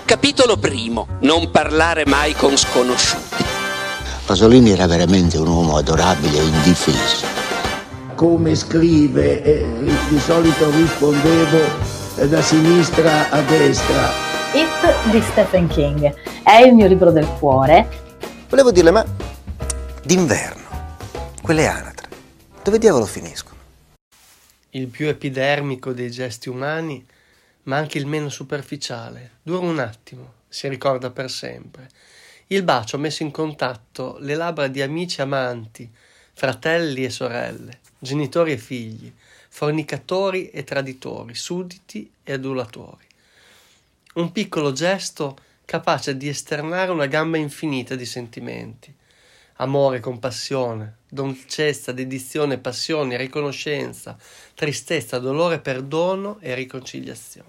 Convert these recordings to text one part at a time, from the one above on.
Capitolo primo. Non parlare mai con sconosciuti. Pasolini era veramente un uomo adorabile e indifeso. Come scrive, di solito rispondevo da sinistra a destra. It di Stephen King è il mio libro del cuore. Volevo dirle, ma d'inverno, quelle anatre, dove diavolo finiscono? Il più epidermico dei gesti umani, ma anche il meno superficiale, dura un attimo, si ricorda per sempre. Il bacio ha messo in contatto le labbra di amici e amanti, fratelli e sorelle, genitori e figli, fornicatori e traditori, sudditi e adulatori. Un piccolo gesto capace di esternare una gamma infinita di sentimenti. Amore, compassione, dolcezza, dedizione, passione, riconoscenza, tristezza, dolore, perdono e riconciliazione.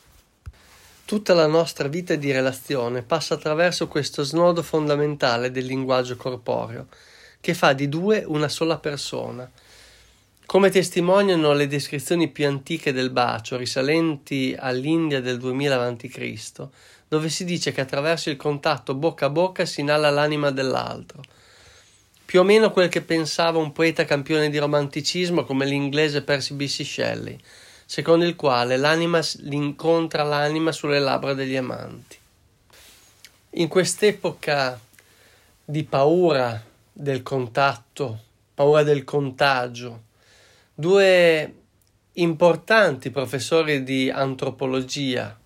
Tutta la nostra vita di relazione passa attraverso questo snodo fondamentale del linguaggio corporeo, che fa di due una sola persona. Come testimoniano le descrizioni più antiche del bacio, risalenti all'India del 2000 a.C., dove si dice che attraverso il contatto bocca a bocca si inala l'anima dell'altro. Più o meno quel che pensava un poeta campione di romanticismo come l'inglese Percy Bysshe Shelley, secondo il quale l'anima incontra l'anima sulle labbra degli amanti. In quest'epoca di paura del contatto, paura del contagio, due importanti professori di antropologia,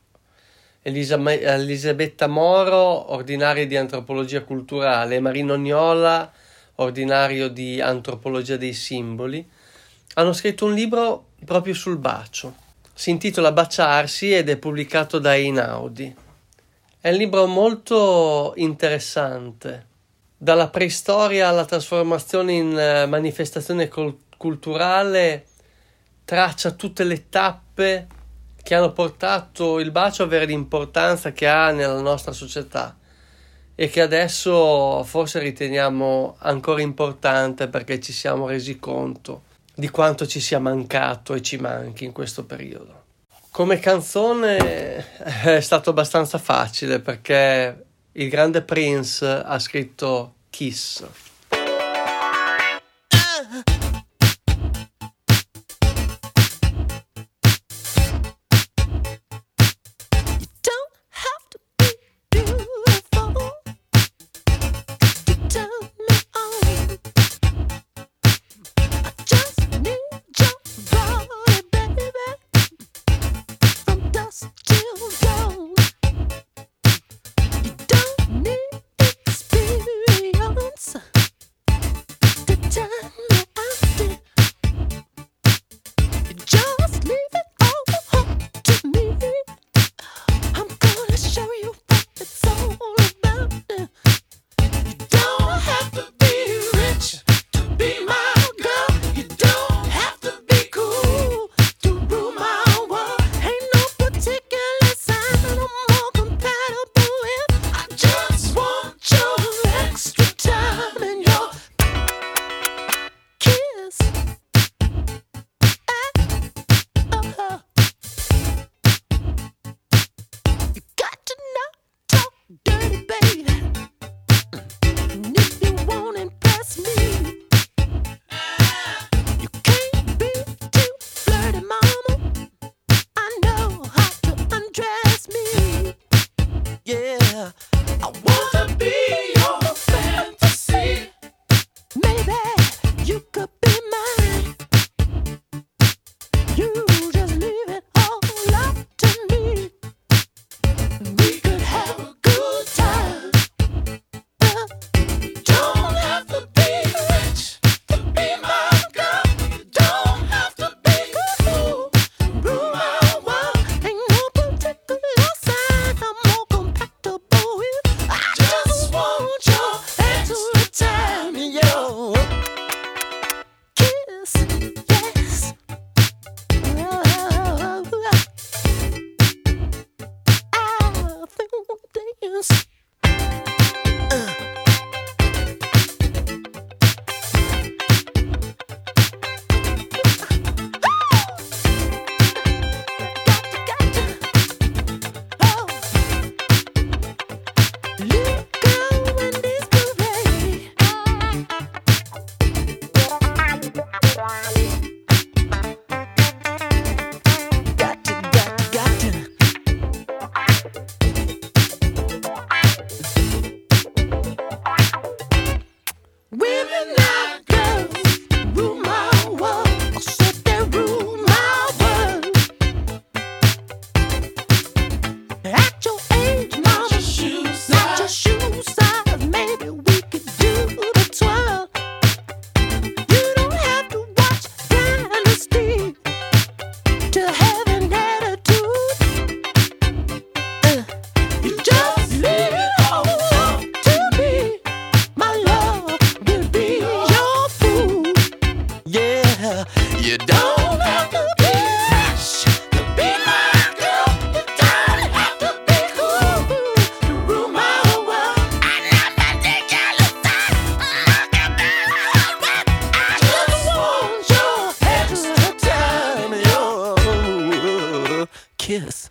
Elisabetta Moro, ordinaria di antropologia culturale, e Marino Niola, ordinario di antropologia dei simboli, hanno scritto un libro proprio sul bacio. Si intitola Baciarsi ed è pubblicato da Einaudi. È un libro molto interessante. Dalla preistoria alla trasformazione in manifestazione culturale traccia tutte le tappe che hanno portato il bacio a avere l'importanza che ha nella nostra società e che adesso forse riteniamo ancora importante perché ci siamo resi conto di quanto ci sia mancato e ci manchi in questo periodo. Come canzone è stato abbastanza facile perché il grande Prince ha scritto Kiss. kiss.